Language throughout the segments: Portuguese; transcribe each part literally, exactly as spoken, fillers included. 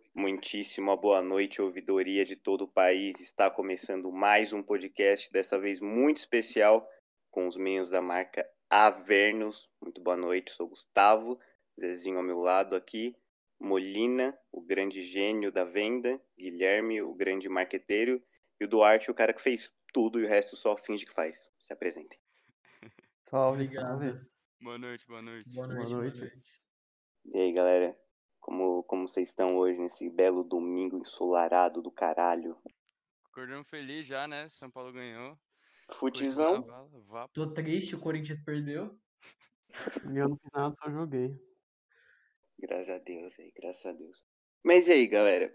Muitíssima boa noite, ouvidoria de todo o país. Está começando mais um podcast, dessa vez muito especial, com os meninos da marca Avernus. Muito boa noite, sou Gustavo, Zezinho ao meu lado aqui, Molina, o grande gênio da venda, Guilherme, o grande marqueteiro, e o Duarte, o cara que fez tudo e o resto só finge que faz. Se apresentem. Salve, Obrigado. salve. Boa noite, boa noite. Boa Boa noite, noite. boa Boa noite. noite. E aí, galera, como, como vocês estão hoje, nesse belo domingo ensolarado do caralho? Acordamos feliz já, né? São Paulo ganhou. Coxinha na Futizão? vala, vapo. Tô triste, o Corinthians perdeu. E eu no final só joguei. Graças a Deus aí, graças a Deus. Mas e aí, galera?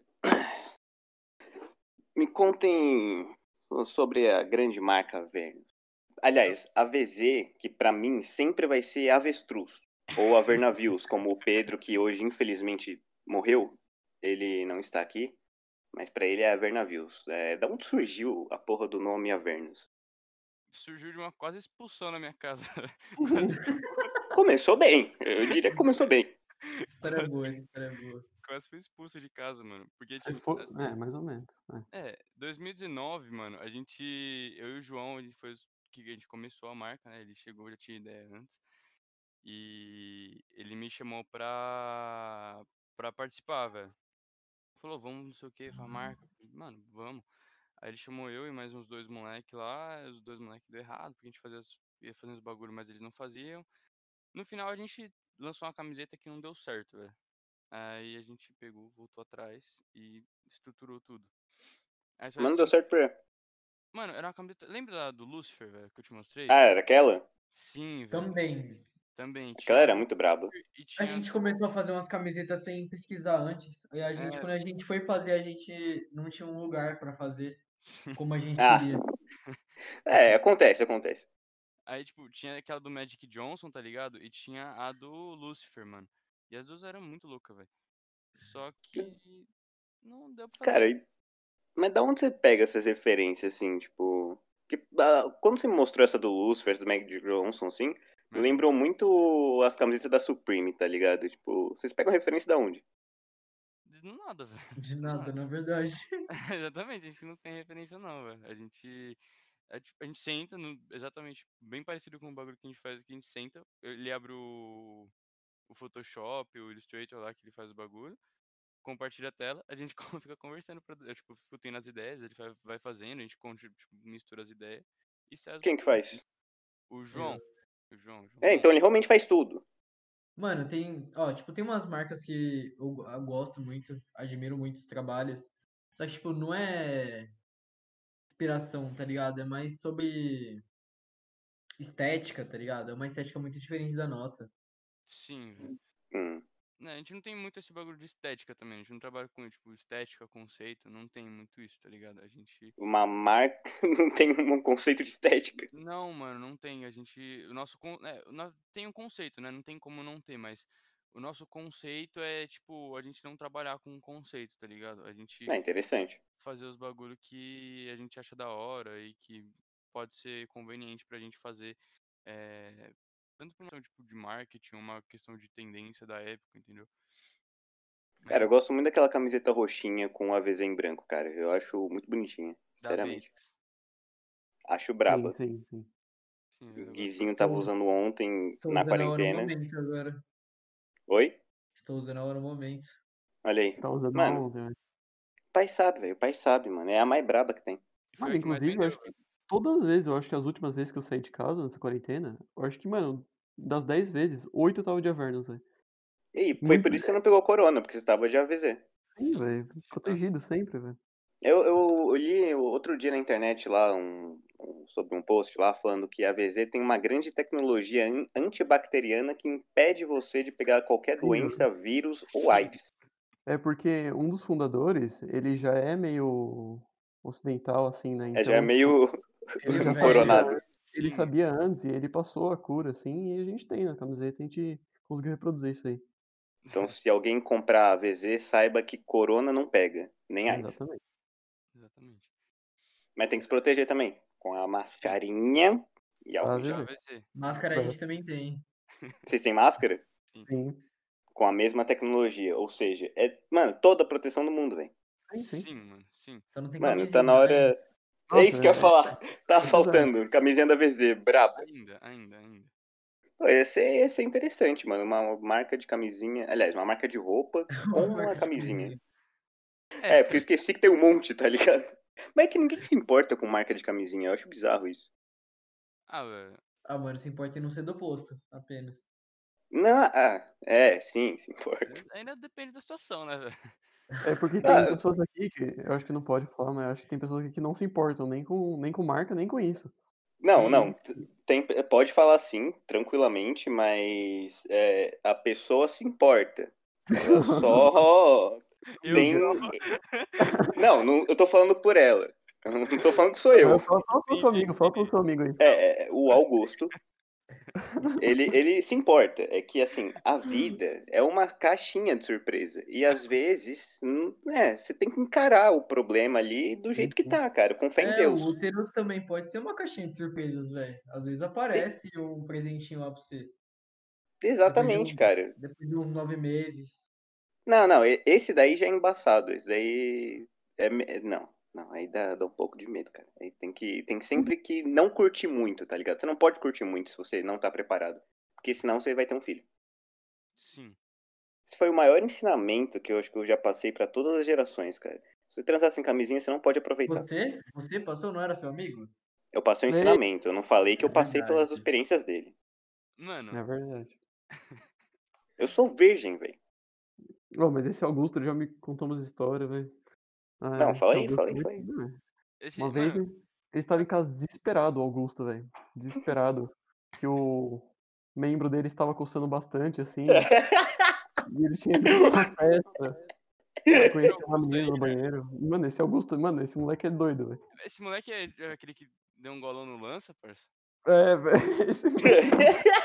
Me contem sobre a grande marca Avernus. Aliás, a V Z, que pra mim sempre vai ser Avestruz. Ou Avernavius, como o Pedro, que hoje infelizmente morreu. Ele não está aqui, mas pra ele é Avernavius. É, da onde surgiu a porra do nome Avernus? Surgiu de uma quase expulsão na minha casa. Começou bem, eu diria que começou bem. História é boa, história é boa. Quase fui expulso de casa, mano. Porque Se tinha. for... É, mais ou menos. É. É, dois mil e dezenove, mano, a gente. Eu e o João, a gente foi os que a gente começou a marca, né? Ele chegou, já tinha ideia antes. E ele me chamou pra. pra participar, velho. Falou, vamos, não sei o que, pra marca. Eu falei, mano, vamos. Aí ele chamou eu e mais uns dois moleques lá, os dois moleques deu errado, porque a gente fazia as- ia fazendo os bagulho, mas eles não faziam. No final a gente lançou uma camiseta que não deu certo, velho. Aí a gente pegou, voltou atrás e estruturou tudo. Aí só Mas não deu assim, certo por quê? mano, era uma camiseta. Lembra da do Lucifer, velho, que eu te mostrei? Ah, era aquela? Sim, velho. Também. Também. Tinha Aquela a era do muito braba. Lucifer e A tinha a gente do. começou a fazer umas camisetas sem pesquisar antes. E a gente, É, quando a gente foi fazer, a gente não tinha um lugar pra fazer como a gente Ah, queria. é, acontece, acontece. aí, tipo, tinha aquela do Magic Johnson, tá ligado? E tinha a do Lucifer, mano. E as duas eram muito loucas, velho. Só que não deu pra Cara, fazer. e- mas da onde você pega essas referências, assim, tipo... Que, ah, quando você me mostrou essa do Lucifer, do Meg Johnson, assim, me Mas, lembrou muito as camisetas da Supreme, tá ligado? Tipo, vocês pegam referência da onde? de nada, velho. De Do nada, na verdade. Exatamente, a gente não tem referência não, velho. A gente, é, tipo, a gente senta no, exatamente, bem parecido com o bagulho que a gente faz aqui, a gente senta, ele abre o, o Photoshop, o Illustrator lá que ele faz o bagulho, compartilha a tela, a gente fica conversando, pra, eu, tipo, fico tendo as ideias, ele vai, vai fazendo, a gente con- tipo, mistura as ideias e sai os Quem que bagulhos. faz? O Eu. João, o João, o João É, Bom. então ele realmente faz tudo. Mano, tem, ó, tipo, tem umas marcas que eu, eu gosto muito, admiro muito os trabalhos. Só que, tipo, não é inspiração, tá ligado? É mais sobre estética, tá ligado? É uma estética muito diferente da nossa. Sim, velho. Hum. Né, a gente não tem muito esse bagulho de estética também. A gente não trabalha com, tipo, estética, conceito. Não tem muito isso, tá ligado? A gente. Uma marca não tem um conceito de estética. Não, mano, não tem. A gente. O nosso. con- É, o no- tem um conceito, né? Não tem como não ter, mas. O nosso conceito é, tipo, a gente não trabalhar com um conceito, tá ligado? A gente É interessante. fazer os bagulho que a gente acha da hora e que pode ser conveniente pra gente fazer. É, tanto por uma questão, tipo, de marketing, uma questão de tendência da época, entendeu? Mas Cara, eu gosto muito daquela camiseta roxinha com o A V Z em branco, cara. Eu acho muito bonitinha, da sinceramente. Basics. Acho Sim, braba. sim, sim. Sim, O eu gosto Guizinho tava bastante. Estou, usando ontem estou na usando a hora no quarentena. momento agora. Oi? Estou usando a hora no momento. Olha aí. Tá usando Mano, ontem, né? o pai sabe, velho. O pai sabe, mano. É a mais braba que tem. E foi Mano, a que mais inclusive, eu vendeu, acho que velho. todas as vezes, eu acho que as últimas vezes que eu saí de casa nessa quarentena, eu acho que, mano, das dez vezes, oito tava de Avernus, velho. E foi Muito. por isso que você não pegou corona, porque você tava de A V Z. Sim, Sim, velho. a gente tá Protegido sempre, velho. Eu, eu li outro dia na internet lá um, um- sobre um post lá falando que a A V Z tem uma grande tecnologia an- antibacteriana que impede você de pegar qualquer Sim, velho. doença, vírus ou AIDS. É porque um dos fundadores, ele já é meio ocidental, assim, né? É, já é Então, tipo, meio ele Meio já velho. sabia, coronado. ele Sim, sabia antes e ele passou a cura, assim, e a gente tem na camiseta, a gente conseguiu reproduzir isso aí. Então, se alguém comprar A V Z, saiba que corona não pega, nem AIDS. Exatamente. exatamente. Mas tem que se proteger também, com a Sim, mascarinha e A álcool em já gel. V Z. vai ser. Máscara a É, gente também tem. Vocês têm máscara? Sim. sim. com a mesma tecnologia. Ou seja, é, mano, toda a proteção do mundo, velho. Sim, sim. Sim, mano, sim. Só não tem Mano, tá camisinha, na hora. né? É Nossa, isso que eu ia é- falar. Tá é faltando. Camisinha da V Z, brabo. Ainda, ainda, ainda. Pô, Ia ser, ia ser interessante, mano. Uma marca de camisinha. Aliás, uma marca de roupa com uma Marca de camisinha. É, É, porque eu esqueci que tem um monte, tá ligado? Mas é que ninguém se importa com marca de camisinha. Eu acho bizarro isso. ah, velho. Ah, mano, se importa em não ser do posto, apenas. Não, ah, é, sim, se importa. Ainda depende da situação, né, velho? É porque tem Ah, pessoas aqui que eu acho que não pode falar, mas eu acho que tem pessoas aqui que não se importam nem com, nem com marca, nem com isso. não, Que não. isso? t- Tem, pode falar sim, tranquilamente, mas é, a pessoa se importa. Ela só Eu tem. sou. Não, não, eu tô falando por ela. Eu não tô falando que sou eu. Fala, fala com o seu Entendi, amigo, fala com o entendi. seu amigo aí. É, é, o Augusto, ele, ele se importa. É que, assim, a vida é uma caixinha de surpresa. E, às vezes, hum, é, você tem que encarar o problema ali do Sim, jeito que sim. tá, cara, com fé em É, o Deus. útero também pode ser uma caixinha de surpresas, velho. Às vezes aparece um presentinho lá pra você. Depois de, Exatamente, um, cara. depois de uns nove meses. Não, não, e- esse daí já é embaçado. Esse daí. É, me- é- não, não, aí dá, dá um pouco de medo, cara. Aí tem que, tem que sempre que não curtir muito, tá ligado? Você não pode curtir muito se você não tá preparado. Porque senão você vai ter um filho. Sim. Esse foi o maior ensinamento que eu acho que eu já passei pra todas as gerações, cara. Se você transar sem camisinha, você não pode aproveitar. Você? Você passou? Não era seu amigo? Eu passei o Ei, ensinamento, eu não falei que É eu passei pelas verdade. experiências dele. Mano, é verdade. Eu sou virgem, velho. Oh, mas esse Augusto já me contou umas histórias, velho. Ah, Não, fala esse aí, Augusto fala é aí, muito. fala aí. Não, é. esse. Uma vez Mano, ele, ele estava em casa desesperado, o Augusto, velho. Desesperado. Que o membro dele estava coçando bastante, assim. E ele tinha ido numa festa pra conhecer uma Augusto menina aí, no velho. banheiro. Mano, esse Augusto, mano, esse moleque é doido, velho. Esse moleque é é aquele que deu um golão no lança, parça? É, velho. Esse mesmo.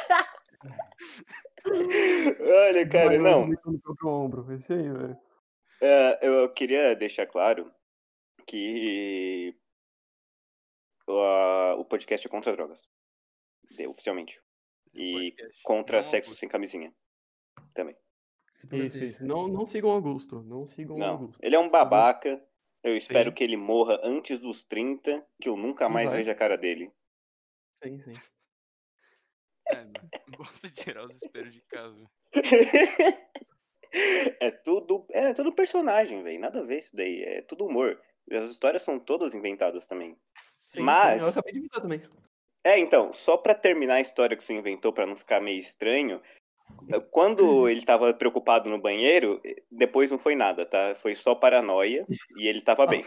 Olha, cara, Desmaiou e não. vomitou no próprio ombro. Esse aí, velho. É, eu queria deixar claro que a- o podcast é contra drogas. De- Oficialmente. Esse E podcast. contra Não, sexo Augusto. sem camisinha. Também. Se Isso, proteja. isso. Não, não sigam o Augusto. Não sigam o Não. Augusto. Ele é um babaca. Eu espero Sim. que ele morra antes dos trinta, que eu nunca E mais vai. veja a cara dele. Sim, sim. É, mano. Gosta de tirar os esperos de casa. É tudo, é tudo personagem, velho. Nada a ver isso daí. É tudo humor. As histórias são todas inventadas também. Sim, sim. Eu Mas, acabei de inventar também. é, então, só pra terminar a história que você inventou pra não ficar meio estranho, quando ele tava preocupado no banheiro, depois não foi nada, tá? Foi só paranoia e ele tava bem.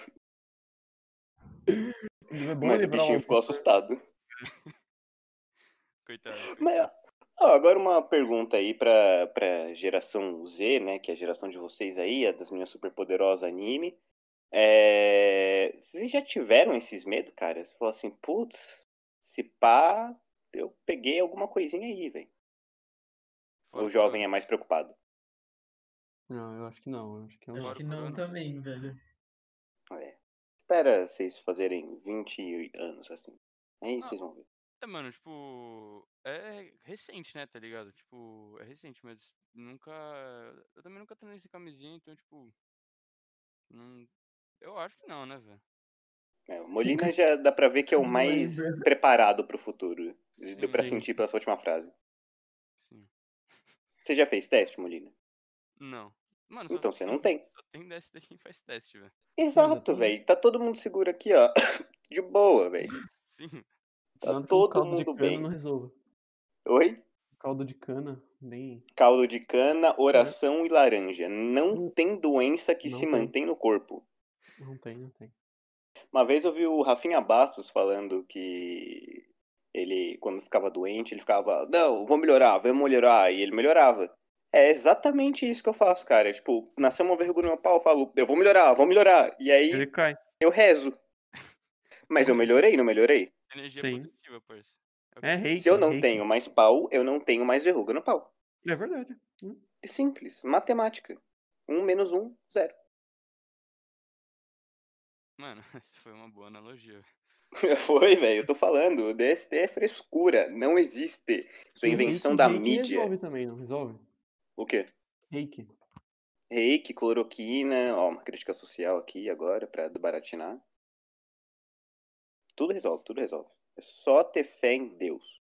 É bom Mas o lembrar o bichinho ficou Augusto. assustado. Coitado, Mas, coitado. ó, agora uma pergunta aí pra, pra geração Z, né? Que é a geração de vocês aí, a das minhas superpoderosas anime. É... Vocês já tiveram esses medos, cara? Você falou assim, putz, se pá, eu peguei alguma coisinha aí, velho. Fora O o jovem corona. é mais preocupado. Não, eu acho que não. Eu acho que é um Acho Fora que o não corona. também, velho. É. Espera vocês fazerem vinte anos assim. Aí Ah, vocês vão ver. é, mano, tipo. É recente, né, tá ligado? Tipo, é recente, mas nunca. Eu também nunca treinei sem camisinha, então, tipo. Não... Eu acho que não, né, velho? É, o Molina já dá pra ver que é o Não mais lembro. preparado pro futuro. Deu Sim, pra Sim. sentir pela sua última frase. sim. Você já fez teste, Molina? Não. Mano, só Então você tem, não tem. só tem desse daí quem faz teste, velho. Exato, Exatamente. velho. Tá todo mundo seguro aqui, ó. De boa, velho. Sim. Tá Nada que um todo caldo de mundo cana não bem. resolva. Oi? Caldo de cana, bem. Caldo de cana, É, oração e laranja. Não não, tem doença que se não tem. mantém no corpo. Não tem, não tem. Uma vez eu vi o Rafinha Bastos falando que ele, quando ficava doente, ele ficava, não, vou melhorar, vou melhorar, e ele melhorava. É exatamente isso que eu faço, cara. Tipo, nasceu uma verruga no meu pau, eu falo, eu vou melhorar, vou melhorar. E aí Ele cai. eu rezo. Mas eu melhorei, não melhorei? Energia Sim. positiva, parça. É o que É acontece. Se eu reiki, não reiki. tenho mais pau, eu não tenho mais verruga no pau. É verdade. Hum. É simples, matemática. Um menos um, zero. Mano, essa foi uma boa analogia. Foi, velho, eu tô falando. O D S T é frescura, não existe. Isso é E invenção reiki, da reiki mídia. resolve também, não resolve? O quê? Reiki. Reiki, cloroquina, ó, uma crítica social aqui agora pra desbaratinar. Tudo resolve, tudo resolve. É só ter fé em Deus.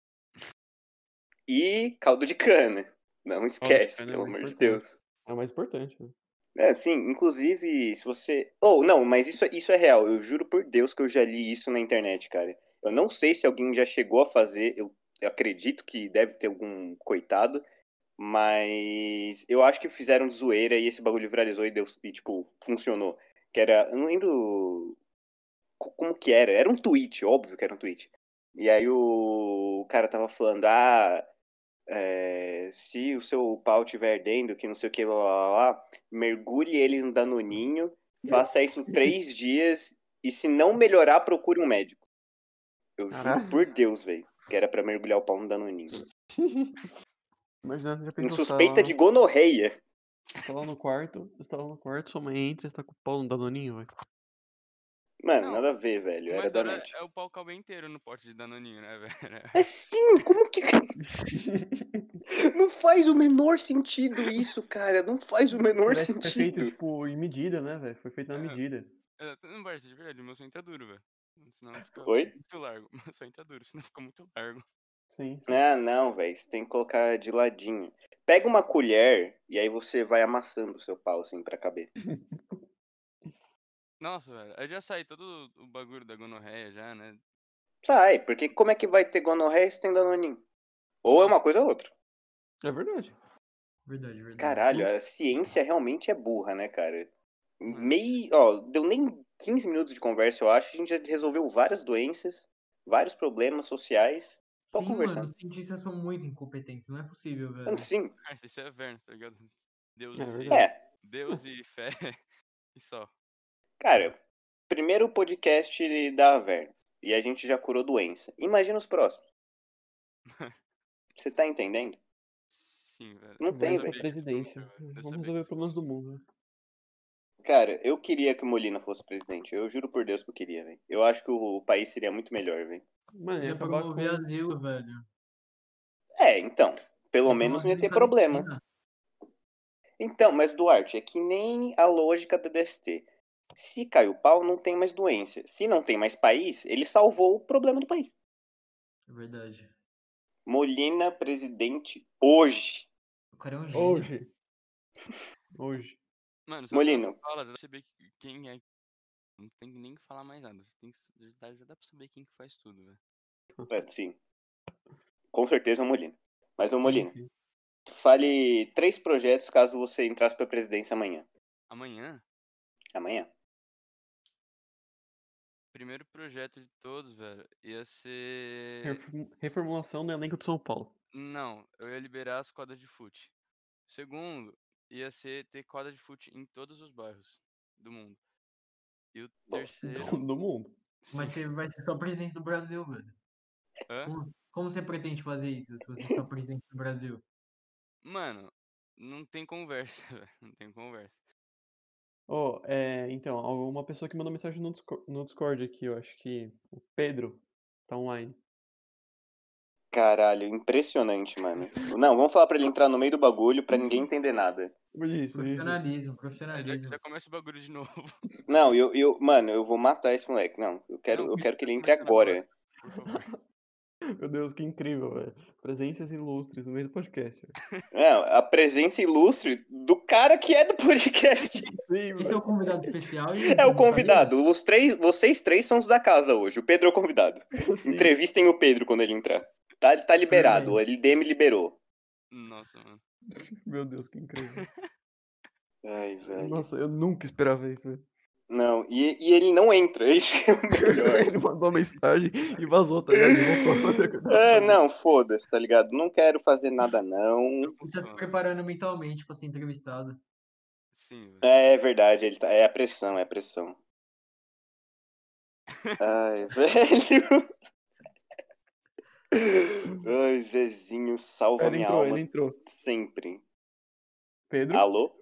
E caldo de cana. Não esquece, cana é pelo muito amor de importante. Deus. É o mais importante, né? É, sim, inclusive, se você... Oh, não, mas isso, isso é real. Eu juro por Deus que eu já li isso na internet, cara. Eu não sei se alguém já chegou a fazer. Eu, eu acredito que deve ter algum coitado. Mas eu acho que fizeram de zoeira e esse bagulho viralizou e, deu, e tipo, funcionou. Que era... Eu não lembro co- como que era. Era um tweet, óbvio que era um tweet. E aí o, o cara tava falando, ah... É, se o seu pau estiver ardendo, que não sei o que, blá, blá, blá, mergulhe ele no danoninho, faça isso três dias e se não melhorar, procure um médico. Eu juro Caralho. por Deus, velho, que era pra mergulhar o pau no danoninho. Imagina, já Em pensou, você tá suspeita lá, de gonorreia. você tá lá no quarto, você tá lá no quarto, sua mãe entra e você tá com o pau no danoninho, velho. Mano, Não, nada a ver, o velho, era mais da hora Danete. é o pau caber inteiro no pote de danoninho, né, velho? É sim, como que... Não faz o menor sentido isso, cara, não faz o menor Parece que foi feito, sentido. tipo, em medida, né, velho? Foi feito na É, medida. é, não, Bart, de verdade, o meu sonho tá duro, velho. Senão fica Oi? muito largo. Meu sonho tá duro, senão fica muito largo. Sim. Ah, não, velho, você tem que colocar de ladinho. Pega uma colher e aí você vai amassando o seu pau, assim, pra caber. Nossa, velho, aí já sai todo o bagulho da gonorreia já, né? Sai, porque como é que vai ter gonorreia se tem danoninho? Ou é uma coisa ou outra. É verdade. Verdade, verdade. Caralho, a ciência realmente é burra, né, cara? Mano. Meio, ó, deu nem quinze minutos de conversa, eu acho. A gente já resolveu várias doenças, vários problemas sociais, só Sim, mano, conversando. os cientistas são muito incompetentes, não é possível, Mano, velho. sim, Parça, isso é Vênus, tá ligado? Deus É e verdade. ciência. é. Deus e fé. E só. Cara, primeiro podcast da Averno. E a gente já curou doença. Imagina os próximos. Você tá entendendo? Sim, velho. Não Eu tem, Vamos pra velho. sabia que isso nunca, presidência. velho. Eu Vamos sabia que resolver isso problemas do mundo, né? Cara, eu queria que o Molina fosse presidente. Eu juro por Deus que eu queria, velho. Eu acho que o país seria muito melhor, velho. Mano, Ele ia ia acabar promover com... asilo, velho. É, então. Pelo Ia menos não promover ia asilo em ter problema. Palestina. Então, mas Duarte, é que nem a lógica da D S T. Se caiu o pau, não tem mais doença. Se não tem mais país, ele salvou o problema do país. É verdade. Molina presidente hoje. O cara é um gênio. Hoje. Hoje. Mano, só pela Molina, fala, dá pra saber que- quem é. Não tem nem que falar mais nada. Você tem que... já, dá, já dá pra saber quem que faz tudo, velho. é, sim. Com certeza é o Molina. Mas o Molina, Sim, sim. fale três projetos caso você entrasse pra presidência amanhã. Amanhã, Amanhã? primeiro projeto de todos, velho, ia ser. Reform- Reformulação do elenco de São Paulo. Não, eu ia liberar as quadras de fute. Segundo, ia ser ter quadra de fute em todos os bairros do mundo. E o Bom, Do, terceiro. do mundo. Sim. Mas você vai ser só presidente do Brasil, velho. Hã? Como, como você pretende fazer isso se você é só presidente do Brasil? Mano, não tem conversa, velho. Não tem conversa. Oh, é, então, uma pessoa que mandou mensagem no Discord, no Discord aqui, eu acho que o Pedro tá online. caralho, impressionante, mano. Não, vamos falar pra ele entrar no meio do bagulho pra ninguém entender nada. Isso, isso. Profissionalismo, Aí já, profissionalismo. já começa o bagulho de novo. Não, eu, eu, mano, eu vou matar esse moleque. Não, eu quero, Não, eu por isso quero que que ele tá entre começando agora. agora, por favor. Meu Deus, que incrível, velho. Presenças ilustres no meio do podcast, velho. Não, a presença ilustre do cara que é do podcast. Sim, Esse é o velho. convidado especial e É o você não sabia? convidado. Os três, vocês três são os da casa hoje. O Pedro é o convidado. Sim. Entrevistem o Pedro quando ele entrar. Tá, tá liberado. O L D M liberou. Nossa, mano. Meu Deus, que incrível. Ai, velho. Nossa, eu nunca esperava isso, velho. Não, e, e ele não entra. Isso que é o melhor. Ele mandou uma mensagem e vazou, tá ligado? Ele voltou a fazer o que eu tava É, fazendo. não, foda-se, tá ligado? Não quero fazer nada, não. Ele tá se Funciona. preparando mentalmente pra ser entrevistado. Sim, velho. É, é verdade, ele tá, é a pressão, é a pressão. Ai, velho. Ai, Zezinho, salva Ele minha entrou, alma ele entrou. sempre. Pedro? Alô?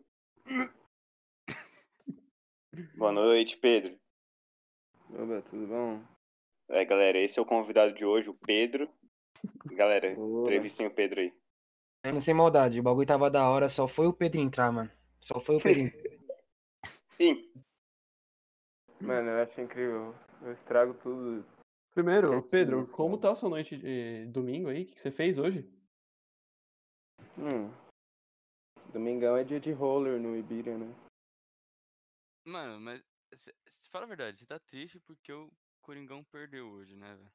Boa noite, Pedro. Oba, tudo bom? É, galera, esse é o convidado de hoje, o Pedro. Galera, Oba. entrevistem o Pedro aí. Mano, sem maldade, o bagulho tava da hora, só foi o Pedro entrar, mano. Só foi o Pedro entrar. Sim. Mano, eu acho incrível. Eu estrago tudo. Primeiro, Quietinho, Pedro, assim. como tá a sua noite de domingo aí? O que você fez hoje? Hum. Domingão é dia de roller no Ibira, né? Mano, mas cê- cê- fala a verdade, você tá triste porque o Coringão perdeu hoje, né, velho?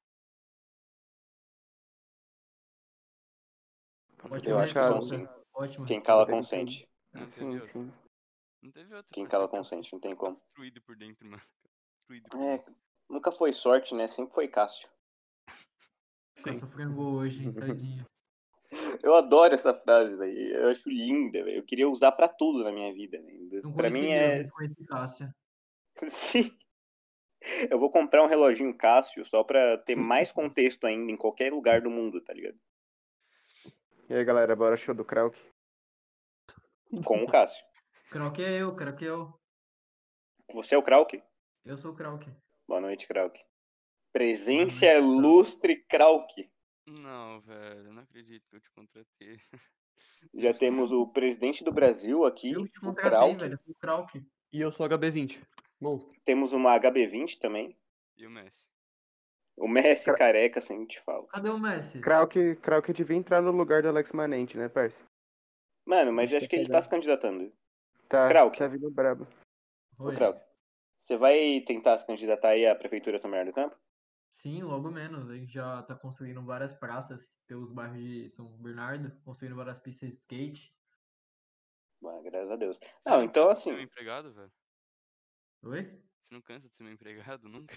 Ótima Eu acho que são Complicado. sim. resposta. Ótima Quem cala resposta. consente. Não teve Sim, outra. sim. Não teve outra, Quem parceiro. cala consente, não tem Tá como. destruído por dentro, mano. Destruído por É, dentro. nunca foi sorte, né? Sempre foi Cássio. Cássio frangou hoje, tadinho. Eu adoro essa frase, velho. Eu acho linda, velho. Eu queria usar pra tudo na minha vida, velho. Não Pra conheci mim Deus, é. mas conheci Cássio. Sim. Eu vou comprar um reloginho Cássio só pra ter mais contexto ainda em qualquer lugar do mundo, tá ligado? E aí, galera, bora show do Krauk? Com o Cássio. Krauk é eu, Krauk é eu. Você é o Krauk? Eu sou o Krauk. Boa noite, Krauk. Boa Presença noite, Krauk. ilustre Krauk. Não, velho, eu não acredito que eu te contratei. Já temos o presidente do Brasil aqui, Eu te o contratei, Krauk. velho. Eu sou o Krauk. E eu sou H B vinte. Monstro. Temos uma H B vinte também. E o Messi? O Messi Cra- careca, sem te falo. Cadê o Messi? Krauk, Krauk devia entrar no lugar do Alex Manente, né, parça? Mano, mas eu Acho acho que que é ele tá pegar. se candidatando. Tá, Krauk. tá vindo brabo. Ô, Oi. Krauk. Você vai tentar se candidatar aí à Prefeitura São Bernardo do Campo? Sim, logo menos. A gente já tá construindo várias praças pelos bairros de São Bernardo, construindo várias pistas de skate. Bom, graças a Deus. Você Não, não então cansa de ser meu assim. empregado, velho? Oi? Você não cansa de ser meu empregado nunca?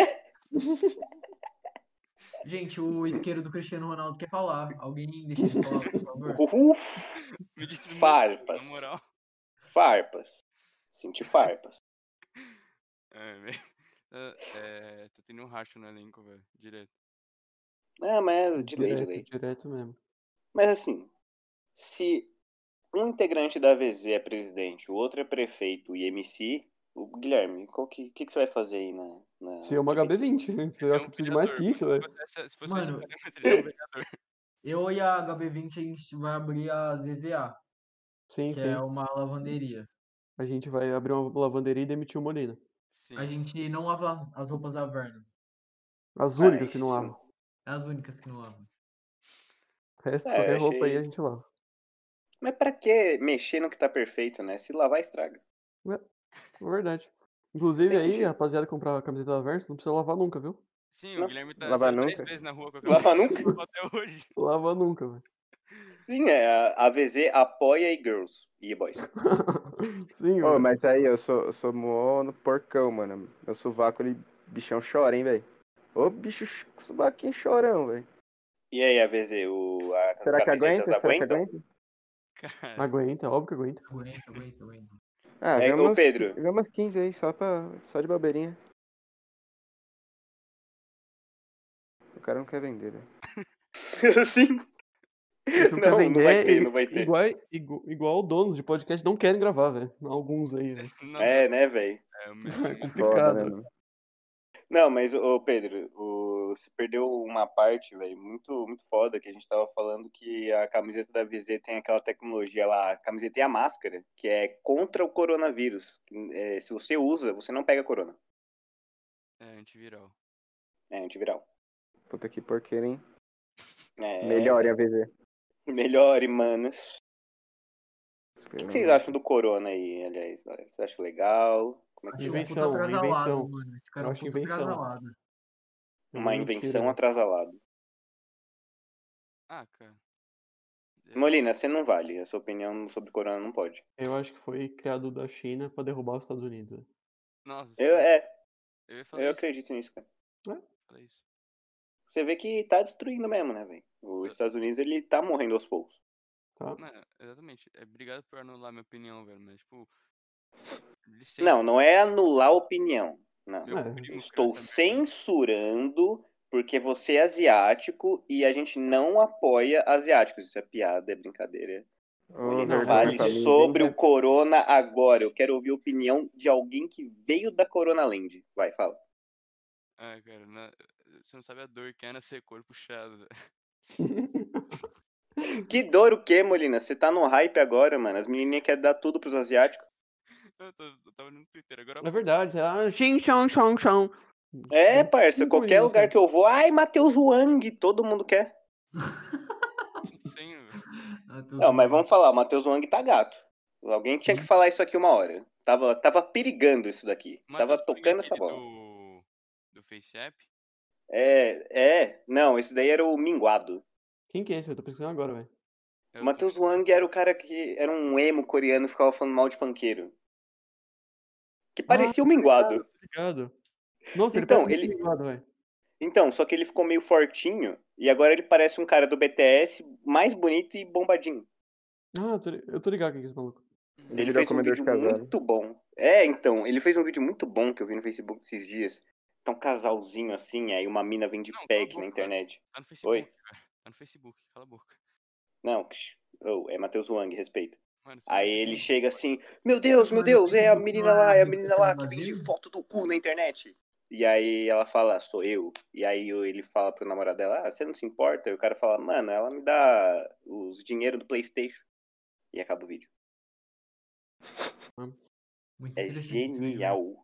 Gente, o isqueiro do Cristiano Ronaldo quer falar. Alguém deixa ele falar, por favor? Uhul. Me diz o motivo, Farpas. na moral. Farpas. Senti farpas. É, velho. É, é, tá tendo um racho no elenco, velho. Direto. Ah, mas é de lei, de Direto, lei. direto mesmo. Mas assim, se um integrante da V Z é presidente, o outro é prefeito e M C, o Guilherme, o que, que, que você vai fazer aí na, na Se é uma H B vinte, você É acha um que precisa de mais vereador. que isso, Se velho? fosse, essa- se fosse Mano, esse parâmetro, ele é um vereador. Eu e a H B vinte a gente vai abrir a Z V A, Sim, que sim. é uma lavanderia. A gente vai abrir uma lavanderia e demitir o Molina. A Sim. gente não lava as roupas da Vernus. As Ah, únicas aí que não sim. lavam. É as únicas que não lavam. O resto, É, eu qualquer roupa aí achei. a gente lava. Mas pra que mexer no que tá perfeito, né? Se lavar, estraga. É, é verdade. Inclusive Tem aí, sentido. rapaziada, comprar a camiseta da Versus, não precisa lavar nunca, viu? Sim, o Não. Guilherme tá, Lavar saiu dez nunca? vezes na rua com a Lava camiseta nunca? do Copa até hoje. Lava nunca, velho. Sim, é, a a V Z apoia e girls e boys. Sim, Ô, velho. mas aí, eu sou, eu sou mó no porcão, mano. Meu sovaco, ele, bichão chora, hein, velho. Ô, bicho, ch- sovaquinho chorão, velho. E aí, a V Z, o, a- as Será que camisetas aguenta? Será que aguentam? aguenta? Cara, Aguenta, óbvio que aguenta. Aguenta, aguenta, aguenta. Ah, É, vê ô umas, Pedro, vê umas quinze aí, só, pra, só de bobeirinha. O cara não quer vender, velho. sim. A gente não quer Não, não vai vender, ter, i- não vai ter. igual, igual, igual donos de podcast não querem gravar, velho. Alguns aí, velho. não, É, né, velho? é, o me- É o me- Foda, complicado. né, velho. mano? Não, mas, ô Pedro, o, você perdeu uma parte, velho, muito, muito foda, que a gente tava falando que a camiseta da V Z tem aquela tecnologia lá, a camiseta e a máscara, que é contra o coronavírus. É, se você usa, você não pega corona. é antiviral. É antiviral. Puta que porqueira, hein? É, Melhore a V Z. melhore, manos. O que, que Pelo vocês amor. acham do corona aí, aliás? Você acha legal? Como é que Acho vocês um acham? puta Invenção, atrasalado, invenção. mano. Esse Eu cara é um acho puta invenção. atrasalado. É Uma mentira, invenção velho. atrasalado. Ah, cara. É, Molina, você não vale. A sua opinião sobre corona não pode. Eu acho que foi criado da China pra derrubar os Estados Unidos, velho. Nossa, Eu, sim. é, Eu ia falar eu isso. acredito nisso, cara. Falar isso. Você vê que tá destruindo mesmo, né, velho? Os Estados Unidos, ele tá morrendo aos poucos. Tá? Mano, exatamente. É, obrigado por anular minha opinião, velho. Mas, tipo. Licença. Não, não é anular a opinião. Não. Meu É. primo criou Estou essa merda. censurando porque você é asiático e a gente não apoia asiáticos. Isso é piada, é brincadeira. Ô, Molina, Não, vergonha fale é- pra mim, sobre hein? o Corona agora. Eu quero ouvir a opinião de alguém que veio da Corona Land. Vai, fala. Ah, cara, na- você não sabe a dor que é nascer corpo puxado, velho. Que dor o quê, Molina? Você tá no hype agora, mano. As menininhas querem dar tudo pros asiáticos. Eu, tô, eu tava no Twitter agora. É verdade. Ah, xing, chong, chong, chong. É, Deu parça, cinco qualquer meninos, lugar né? que eu vou, ai, Matheus Wang, todo mundo quer. Sim, velho. Ah, tô Não, mas zoando. vamos falar, o Matheus Wang tá gato. Alguém tinha que Sim. falar isso aqui uma hora. Tava, tava perigando isso daqui. O Tava Matheus Wang é tocando essa aquele bola. do. Do Face App. É, é, não, esse daí era o Minguado. Quem que é esse? Eu tô pesquisando agora, velho. Eu O Matheus também- Wang era o cara que era um emo coreano e ficava falando mal de funkeiro. Que Ah, parecia o Minguado. Tô ligado. Nossa, ele Então, parece muito ele, ligado, velho. então, só que ele ficou meio fortinho e agora ele parece um cara do B T S mais bonito e bombadinho. Ah, eu tô li- eu tô ligado quem que é esse maluco. Ele Ele virou fez um comedor de vídeo casado. muito bom. É, então, ele fez um vídeo muito bom que eu vi no Facebook esses dias. Tá um casalzinho assim, aí uma mina vem de Não, cala a pack na boca, internet. Tá no Facebook, Oi? cara. Tá no Facebook, cala a boca. Não, psh, oh, é Matheus Wang, respeita. Mano, você Aí vai ele ser- chega assim, meu Deus, meu Mas no Deus, é a Facebook menina não é lá, a é a rede menina social lá do que vende Brasil? foto do cu na internet. E aí ela fala, sou eu. E aí ele fala pro namorado dela, ah, você não se importa? E o cara fala, mano, ela me dá os dinheiro do PlayStation. E acaba o vídeo. Muito É interessante esse vídeo, velho. genial.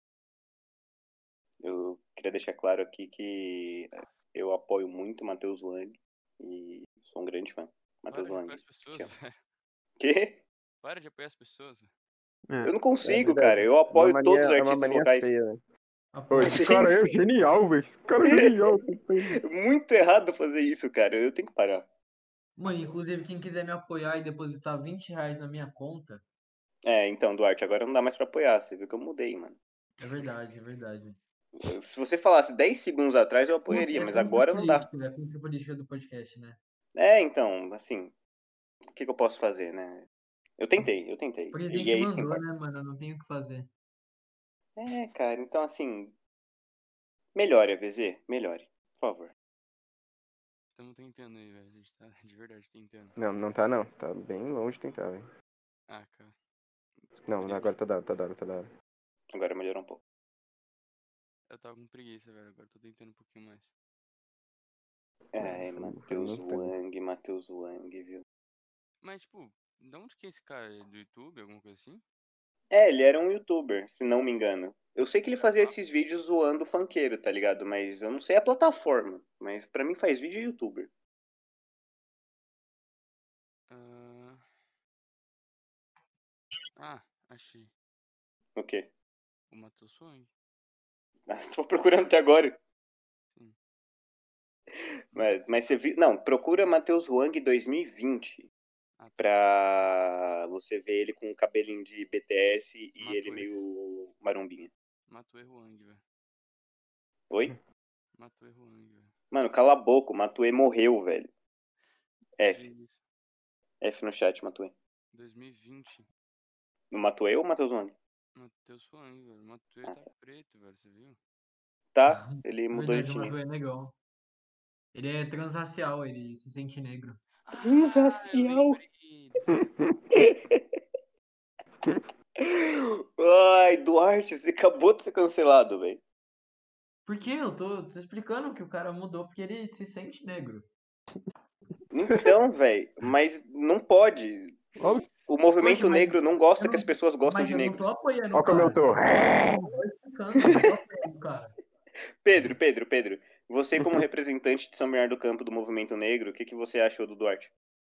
Eu queria deixar claro aqui que eu apoio muito o Matheus Wang e sou um grande fã. Para Matheus de apoiar Wang. as pessoas, Te amo. velho. Quê? Para de apoiar as pessoas, velho. É. Eu não É consigo, verdade. cara. Eu É uma apoio mania, todos os é uma artistas mania locais. feia, velho. Pô, Apoio. esse cara é genial, velho. Esse cara é genial. Muito errado fazer isso, cara. Eu tenho que parar. Mano, inclusive, quem quiser me apoiar e depositar vinte reais na minha conta, É, então, Duarte, agora não dá mais pra apoiar. Você viu que eu mudei, mano. é verdade, é verdade. Se você falasse dez segundos atrás, eu É contra, apoiaria, é mas contra a agora não dá. política, é contra a política do podcast, né? É, então, assim, o que, que eu posso fazer, né? Eu tentei, eu tentei. O E presidente é isso que mandou, importa. né, mano? Eu não tenho o que fazer. É, cara, então, assim, melhore, A V Z, melhore, por favor. Estamos tentando aí, velho. A gente tá de verdade tentando. Não, não tá não. Tá bem longe de tentar, velho. Ah, cara. Não, agora tá da hora, tá da hora, tá da hora. Agora melhorou um pouco. Eu tava com preguiça, velho. Agora tô tentando um pouquinho mais. Ai, foi- foi Matheus muito tempo. Wang, Matheus Wang, viu? Mas, tipo, de onde que é esse cara? É do YouTube, alguma coisa assim? É, ele era um youtuber, se não me engano. Eu sei que ele fazia esses vídeos zoando funkeiro, tá ligado? Mas eu não sei a plataforma. Mas pra mim faz vídeo youtuber. Ah, ah, achei. O quê? O Matheus Wang. Ah, você tava procurando até agora. Sim. Mas, mas você viu. Não, procura Matheus Wang dois mil e vinte. Ah, tá. Pra você ver ele com o cabelinho de B T S e Matou ele ele. meio marombinha. Matou Wang, velho. Oi? Matou Wang, velho. Mano, cala a boca, o Matue morreu, velho. Que F. isso? F no chat, Matue. dois mil e vinte. No Matue ou Matheus Wang? Matheus Wang, velho. Matue Ah, tá tá. preto, velho. Você viu? Tá, ele Na mudou de verdade, o etnia. Matu é negão. Ele é transracial, ele se sente negro. Ah, eu Transracial. lembrei desse- Ai, Duarte, você acabou de ser cancelado, velho. Por quê? Eu tô, tô explicando que o cara mudou porque ele se sente negro. Então, velho, mas não pode. Óbvio. O movimento Poxa, mas negro não gosta eu que não- as pessoas gostam Mas de eu não negros. tô apoiando Ó o como eu cara. tô. Eu tô explicando, eu não tô apoiando o cara. Pedro, Pedro, Pedro, você como representante de São Bernardo do Campo do movimento negro, o que, que você achou do Duarte?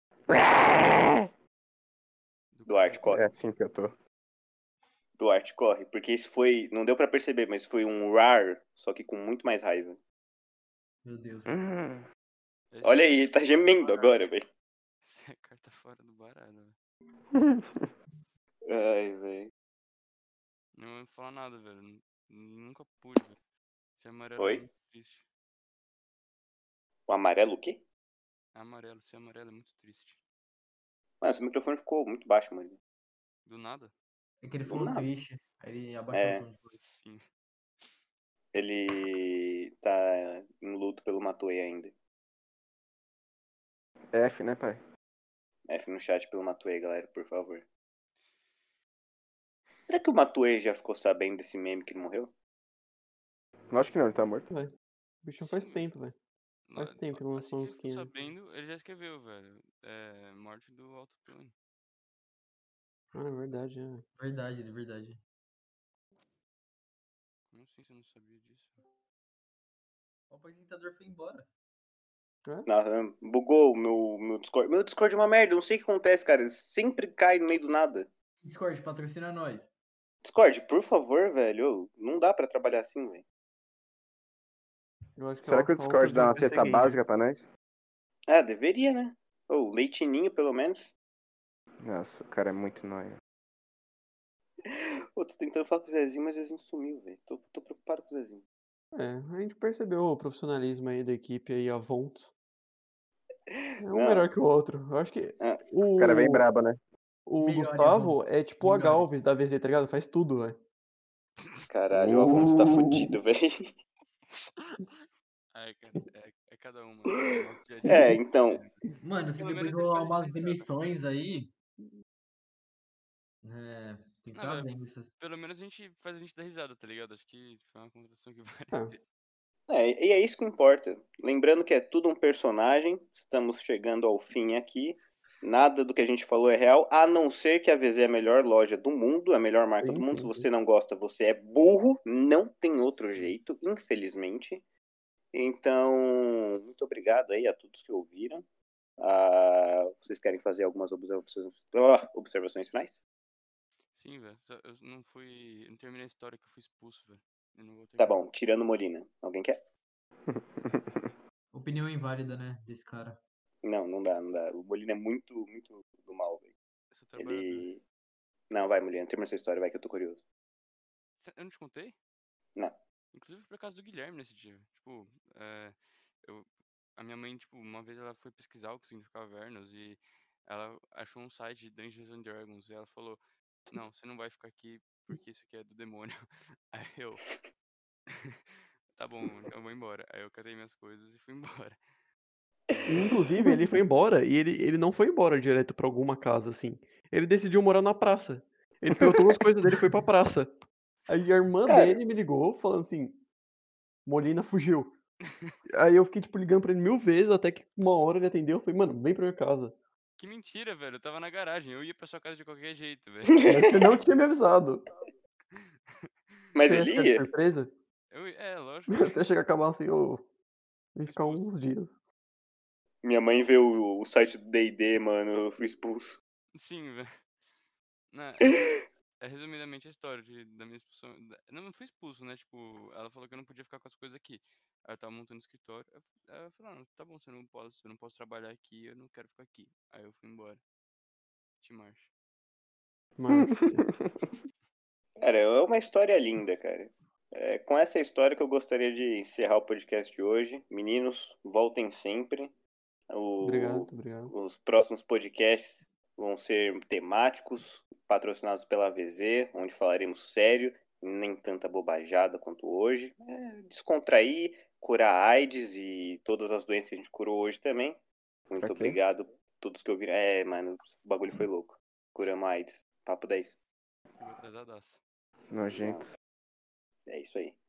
do Duarte, cara. corre. É assim que eu tô. Duarte, corre. Porque isso foi, não deu pra perceber, mas foi um rar, só que com muito mais raiva. Meu Deus. Hum. Esse- Olha aí, ele tá gemendo agora, velho. Essa é a carta fora do baralho, velho. Ai, velho. Não vou falar nada, velho. N- Nunca pude, velho. Esse amarelo Oi? é muito triste. O amarelo o quê? Amarelo, esse amarelo é muito triste. Mano, seu microfone ficou muito baixo, mano. Do nada? É que ele Do falou nada. triste. Aí ele abaixou É. o tom de voz. Sim. Ele tá em luto pelo Matue ainda. F, né, pai? F no chat pelo Matue, galera, por favor. Será que o Matue já ficou sabendo desse meme que ele morreu? Lógico que não, ele tá morto. O bicho Sim, faz velho. tempo, velho. Faz lá- tempo que não assim lançou que uns ele ficou skin. sabendo, ele já escreveu, velho. É, morte do autotune. Ah, é verdade, é. Verdade, de verdade. Como assim você não sabia disso? O apresentador foi embora. Não, bugou o meu, meu Discord. Meu Discord é uma merda, eu não sei o que acontece, cara. Ele sempre cai no meio do nada. Discord, patrocina nós. Discord, por favor, velho. Ô, não dá pra trabalhar assim, velho. Eu acho que é Será uma que o falta Discord de dá uma cesta conseguinte. básica pra nós? Ah, deveria, né? Ô, leitinho, pelo menos. Nossa, o cara é muito nóia. Ô, tô tentando falar com o Zezinho, mas o Zezinho sumiu, velho. Tô, tô preocupado com o Zezinho. É, a gente percebeu o profissionalismo aí da equipe aí, a Vonts. É um Não. melhor que o outro. Eu acho que Ah, Os caras vem o, brabo, né? o Melhore, Gustavo Vonts. é tipo a Melhore. Galvez da V Z, tá ligado? Faz tudo, velho. caralho, o Avontes tá Uh. fudido, velho. É, cara, é, é cada uma. É o nosso dia a dia. É, então. Mano, se Pelo depois menos rolar depois a gente vai umas entrar. demissões aí. É, tem que Não, estar velho, vendo essas. pelo menos a gente faz a gente dar risada, tá ligado? Acho que foi uma contratação que vale É. a pena. É, e é isso que importa. Lembrando que é tudo um personagem. Estamos chegando ao fim aqui. Nada do que a gente falou é real, a não ser que a V Z é a melhor loja do mundo, a melhor marca Sim, do mundo. sim, Se sim. você não gosta, você é burro. Não tem outro jeito, infelizmente. Então, muito obrigado aí a todos que ouviram. Ah, vocês querem fazer algumas observações, ah, observações finais? Sim, velho. só- Eu não fui. Eu não terminei a história que eu fui expulso, velho. Eu não vou Tá terminar. bom, tirando Molina. Alguém quer? Opinião inválida, né? Desse cara. Não, não dá, não dá. O Molina é muito, muito do mal, velho. Eu sou trabalhador. Ele. Não, vai, Molina, termina essa história, vai, que eu tô curioso. Cê- Eu não te contei? Não. Inclusive por causa do Guilherme nesse dia. Tipo, é, eu, a minha mãe, tipo, uma vez ela foi pesquisar o que significava Vernos e ela achou um site de Dungeons and Dragons e ela falou, não, você não vai ficar aqui porque isso aqui é do demônio. Aí eu, tá bom, então eu vou embora. Aí eu catei minhas coisas e fui embora. E, inclusive, ele foi embora e ele, ele não foi embora direto pra alguma casa, assim. Ele decidiu morar na praça. Ele pegou todas as coisas dele e foi pra praça. Aí a irmã Cara. dele me ligou falando assim: Molina fugiu. Aí eu fiquei, tipo, ligando pra ele mil vezes até que uma hora ele atendeu. Eu falei, mano, vem pra minha casa. Que mentira, velho. Eu tava na garagem. Eu ia pra sua casa de qualquer jeito, velho. Mas você não tinha me avisado. Mas Você ia ele ficar de ia. surpresa? Eu, é, lógico. Você ia chegar a acabar assim, ô. Ia Fui ficar expulso. uns dias. Minha mãe vê o, o site do D e D, mano, eu fui expulso. Sim, velho. Não, é que, é resumidamente a história de, da minha expulsão. da- Não, não fui expulso, né? Tipo, ela falou que eu não podia ficar com as coisas aqui. Aí eu tava montando escritório. Eu, aí eu falei, ah, tá bom, você não posso, eu não posso trabalhar aqui, eu não quero ficar aqui. Aí eu fui embora. Te marcha. Mas. Cara, é uma história linda, cara. É com essa história que eu gostaria de encerrar o podcast de hoje. Meninos, voltem sempre. O- Obrigado, obrigado. os próximos podcasts vão ser temáticos, patrocinados pela A V Z, onde falaremos sério, nem tanta bobajada quanto hoje. É, descontrair, curar a AIDS e todas as doenças que a gente curou hoje também. Muito Pra quê? obrigado a todos que ouviram. É, mano, o bagulho foi louco. Curamos a AIDS. Papo dez. Chegou atrasadaço. Nojento. É isso aí.